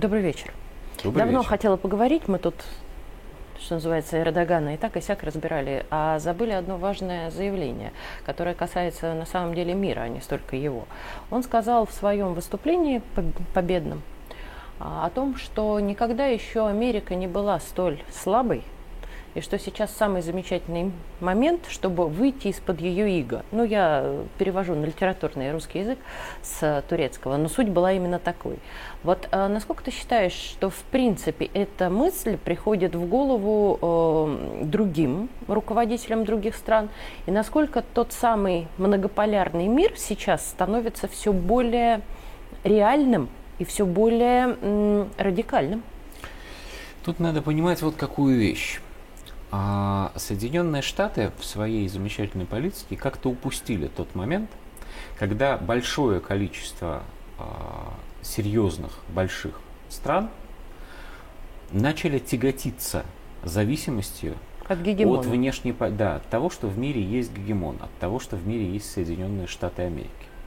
Добрый вечер. Добрый Давно вечер. хотела поговорить, мы тут, что называется, Эрдогана и так и сяк разбирали, а забыли одно важное заявление, которое касается на самом деле мира, а не столько его. Он сказал в своем выступлении победном о том, что никогда еще Америка не была столь слабой, и что сейчас самый замечательный момент, чтобы выйти из-под ее ига. Ну, я перевожу на литературный русский язык с турецкого, но суть была именно такой. Вот насколько ты считаешь, что в принципе эта мысль приходит в голову другим руководителям других стран, и насколько тот самый многополярный мир сейчас становится все более реальным и все более радикальным? Тут надо понимать вот какую вещь. Соединенные Штаты в своей замечательной политике как-то упустили тот момент, когда большое количество серьезных, больших стран начали тяготиться зависимостью от внешней, от того, что в мире есть гегемон, от того, что в мире есть Соединенные Штаты Америки.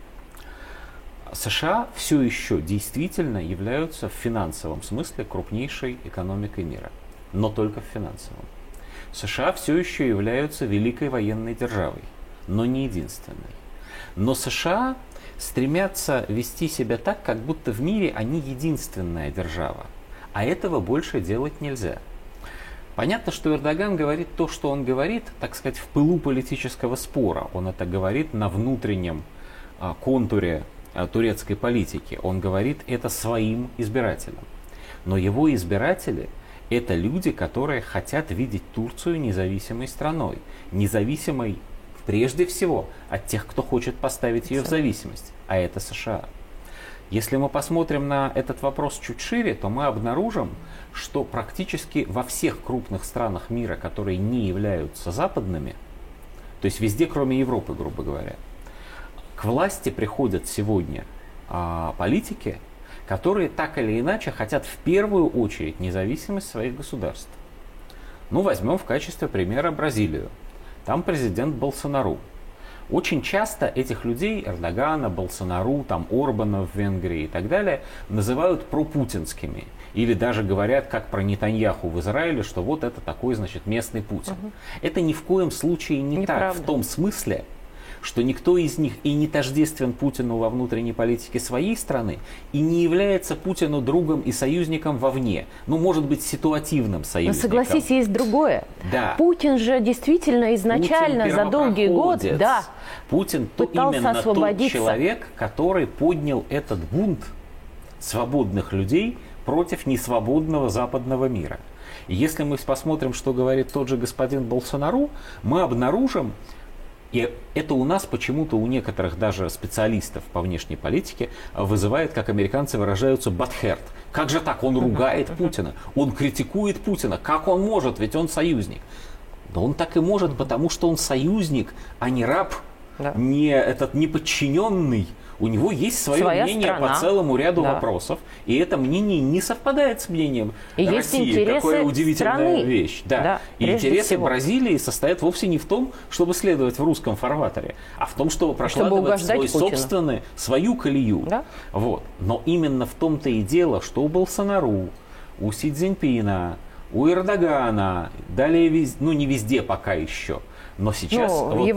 США все еще действительно являются в финансовом смысле крупнейшей экономикой мира, но только в финансовом. США все еще являются великой военной державой, но не единственной. Но США стремятся вести себя так, как будто в мире они единственная держава, а этого больше делать нельзя. Понятно, что Эрдоган говорит то, что он говорит, так сказать, в пылу политического спора. Он это говорит на внутреннем контуре турецкой политики. Он говорит это своим избирателям. Но его избиратели – это люди, которые хотят видеть Турцию независимой страной. Независимой прежде всего от тех, кто хочет поставить ее в зависимость. А это США. Если мы посмотрим на этот вопрос чуть шире, то мы обнаружим, что практически во всех крупных странах мира, которые не являются западными, то есть везде, кроме Европы, грубо говоря, к власти приходят сегодня политики, которые так или иначе хотят в первую очередь независимость своих государств. Ну, возьмем в качестве примера Бразилию. Там президент Болсонару. Очень часто этих людей, Эрдогана, Болсонару, там Орбана в Венгрии и так далее, называют пропутинскими. Или даже говорят, как про Нетаньяху в Израиле, что вот это такой, значит, местный Путин. Это ни в коем случае не так, в том смысле, что никто из них и не тождествен Путину во внутренней политике своей страны, и не является Путину другом и союзником вовне. Ну, может быть, ситуативным союзником. Но согласись, есть другое. Да. Путин же действительно изначально Путин за долгий год Путин именно тот человек, который поднял этот бунт свободных людей против несвободного западного мира. И если мы посмотрим, что говорит тот же господин Болсонару, мы обнаружим, и это у нас почему-то у некоторых даже специалистов по внешней политике вызывает, как американцы выражаются, butthurt. Как же так? Он ругает Путина, он критикует Путина. Как он может? Ведь он союзник. Да он так и может, потому что он союзник, а не раб, не подчиненный. У него есть свое мнение по целому ряду вопросов, и это мнение не совпадает с мнением России. Какая удивительная вещь. И интересы Бразилии состоят вовсе не в том, чтобы следовать в русском фарватере, а в том, чтобы прокладывать свою колею. Вот. Но именно в том-то и дело, что у Болсонару, у Си Цзиньпина, у Эрдогана, далее, не везде пока еще, но сейчас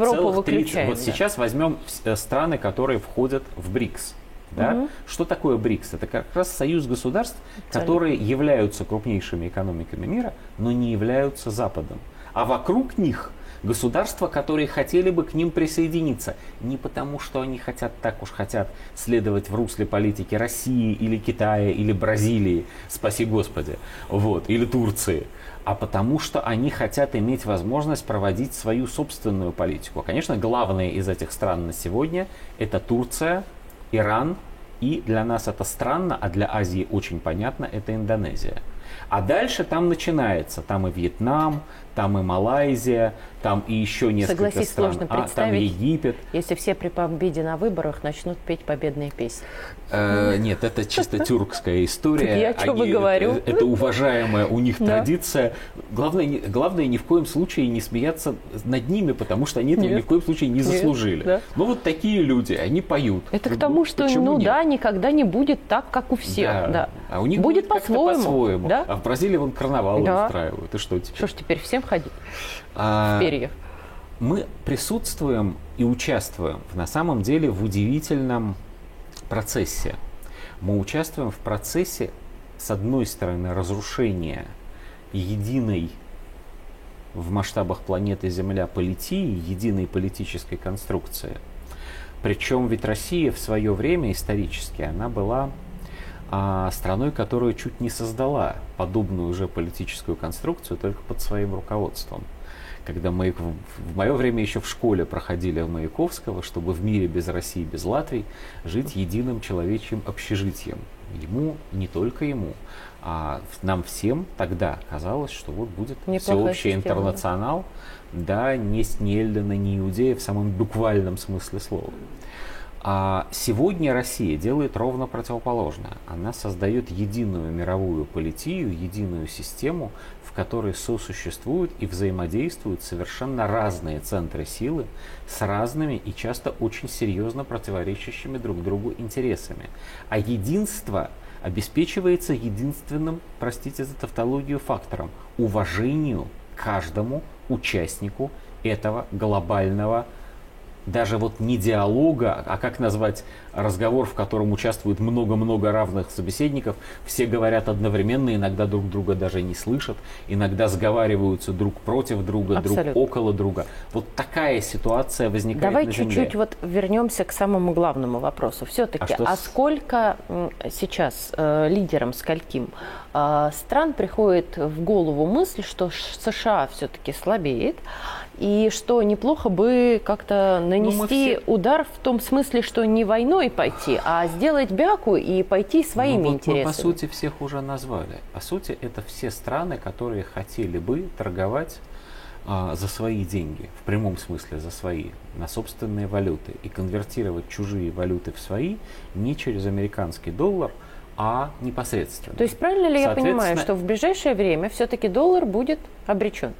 сейчас возьмем страны, которые входят в БРИКС. Да? Что такое БРИКС? Это как раз союз государств, которые являются крупнейшими экономиками мира, но не являются Западом. А вокруг них государства, которые хотели бы к ним присоединиться. Не потому, что они хотят следовать в русле политики России или Китая или Бразилии, спаси Господи, или Турции, а потому что они хотят иметь возможность проводить свою собственную политику. Конечно, главные из этих стран на сегодня это Турция, Иран, и для нас это странно, а для Азии очень понятно, это Индонезия. А дальше там начинается, там и Вьетнам, там и Малайзия, там и еще несколько Согласись, стран, сложно представить, там Египет. Если все при победе на выборах начнут петь победные песни. Нет, это чисто тюркская история. Я о чем и говорю. Это уважаемая у них традиция. Главное ни в коем случае не смеяться над ними, потому что они этого ни в коем случае не заслужили. Но вот такие люди, они поют. Это к тому, что никогда не будет так, как у всех. Да. А у них будет по-своему. Да? А в Бразилии вон карнавал устраивают. И что теперь? Что ж теперь всем ходить в перьях? Мы присутствуем и участвуем на самом деле в удивительном процессе. Мы участвуем в процессе, с одной стороны, разрушения единой в масштабах планеты Земля политии, единой политической конструкции. Причем ведь Россия в свое время исторически, она была страной, которая чуть не создала подобную уже политическую конструкцию только под своим руководством. Когда мы в мое время еще в школе проходили в Маяковского, чтобы в мире без России, без Латвии жить единым человечьим общежитием. Ему, не только ему, а нам всем тогда казалось, что вот будет всеобщий интернационал, да, не Снельдена, не Иудея в самом буквальном смысле слова. А сегодня Россия делает ровно противоположное. Она создает единую мировую политию, единую систему, в которой сосуществуют и взаимодействуют совершенно разные центры силы с разными и часто очень серьезно противоречащими друг другу интересами. А единство обеспечивается единственным, простите за тавтологию, фактором – уважению каждому участнику этого глобального, даже вот не диалога, а как назвать разговор, в котором участвует много-много равных собеседников, все говорят одновременно, иногда друг друга даже не слышат, иногда сговариваются друг против друга, абсолютно, друг около друга. Вот такая ситуация возникает на Земле. Давай чуть-чуть вот вернемся к самому главному вопросу. Все-таки, сколько сейчас лидерам, скольким стран приходит в голову мысль, что США все-таки слабеет, и что неплохо бы как-то нанести удар в том смысле, что не войной пойти, а сделать бяку и пойти своими интересами. Мы, по сути, всех уже назвали. По сути, это все страны, которые хотели бы торговать за свои деньги, в прямом смысле за свои, на собственные валюты, и конвертировать чужие валюты в свои не через американский доллар, а непосредственно. То есть правильно ли я понимаю, что в ближайшее время все-таки доллар будет обречен?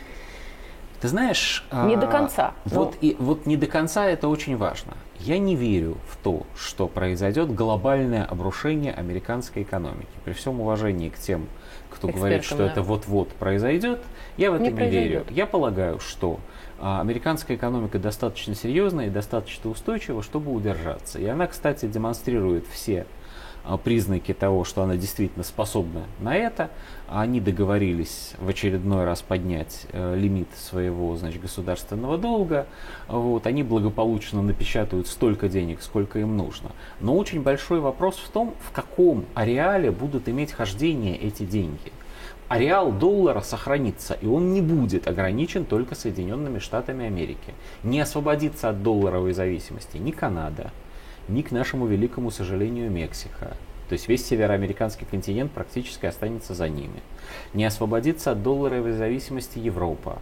Ты знаешь, не до конца. Вот не до конца это очень важно. Я не верю в то, что произойдет глобальное обрушение американской экономики. При всем уважении к тем, кто говорит, что это вот-вот произойдет, я в это не верю. Я полагаю, что американская экономика достаточно серьезная и достаточно устойчива, чтобы удержаться. И она, кстати, демонстрирует все признаки того, что она действительно способна на это. Они договорились в очередной раз поднять лимит своего, государственного долга. Они благополучно напечатают столько денег, сколько им нужно. Но очень большой вопрос в том, в каком ареале будут иметь хождение эти деньги. Ареал доллара сохранится, и он не будет ограничен только Соединенными Штатами Америки. Не освободится от долларовой зависимости ни Канада, ни, к нашему великому сожалению, Мексика. То есть весь североамериканский континент практически останется за ними. Не освободится от долларовой зависимости Европа.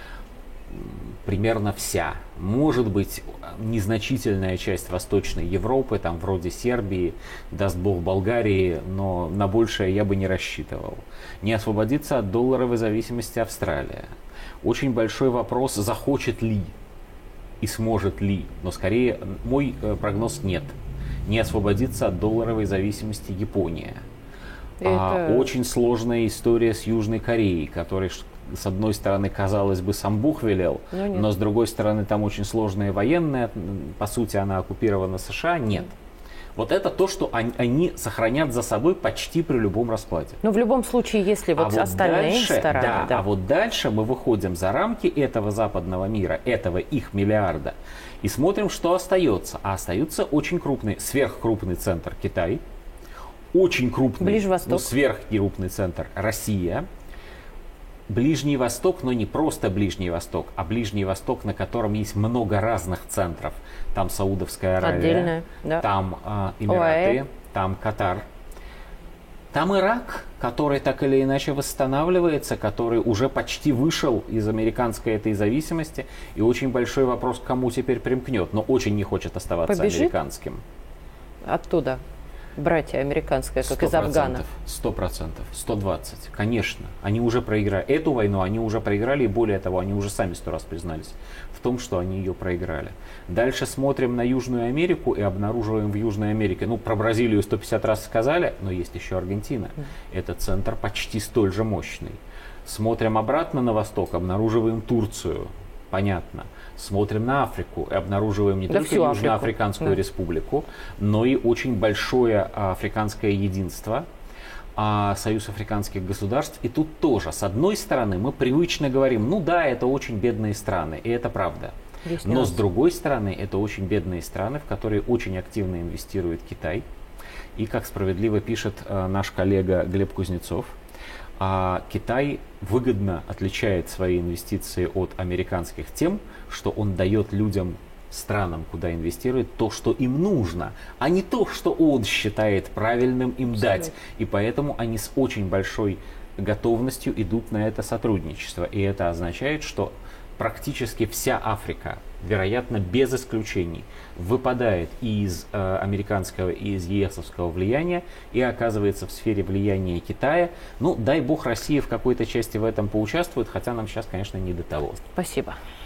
Примерно вся. Может быть, незначительная часть Восточной Европы, там вроде Сербии, даст бог Болгарии, но на большее я бы не рассчитывал. Не освободится от долларовой зависимости Австралия. Очень большой вопрос, захочет ли и сможет ли, но скорее мой прогноз нет. Не освободится от долларовой зависимости Япония. Очень сложная история с Южной Кореей, которой, с одной стороны, казалось бы, сам Бог велел, но с другой стороны, там очень сложная военная, по сути, она оккупирована США, нет. Вот это то, что они сохранят за собой почти при любом раскладе. Но в любом случае, если вот остальные стороны... А вот дальше мы выходим за рамки этого западного мира, этого их миллиарда, и смотрим, что остается. А остается очень крупный, сверхкрупный центр Китай, очень крупный, сверхкрупный центр Россия, Ближний Восток, но не просто Ближний Восток, а Ближний Восток, на котором есть много разных центров. Там Саудовская Аравия, там Эмираты, там Катар. Там Ирак, который так или иначе восстанавливается, который уже почти вышел из американской этой зависимости, и очень большой вопрос, к кому теперь примкнет, но очень не хочет оставаться американским. Оттуда братья американская, как из Афгана. 100%, 120%, конечно. Они уже проиграли. Эту войну они уже проиграли, и более того, они уже сами 100 раз признались в том, что они ее проиграли. Дальше смотрим на Южную Америку и обнаруживаем в Южной Америке, ну, про Бразилию 150 раз сказали, но есть еще Аргентина. Это центр почти столь же мощный. Смотрим обратно на восток, обнаруживаем Турцию. Понятно. Смотрим на Африку и обнаруживаем не только Южноафриканскую республику, но и очень большое африканское единство, Союз африканских государств. И тут тоже, с одной стороны, мы привычно говорим, ну да, это очень бедные страны, и это правда. Но с другой стороны, это очень бедные страны, в которые очень активно инвестирует Китай. И, как справедливо пишет наш коллега Глеб Кузнецов, Китай выгодно отличает свои инвестиции от американских тем, что он дает людям, странам, куда инвестирует, то, что им нужно, а не то, что он считает правильным им дать. И поэтому они с очень большой готовностью идут на это сотрудничество. И это означает, что практически вся Африка, вероятно, без исключений, выпадает из американского и из ЕСовского влияния и оказывается в сфере влияния Китая. Ну, дай бог, Россия в какой-то части в этом поучаствует, хотя нам сейчас, конечно, не до того. Спасибо.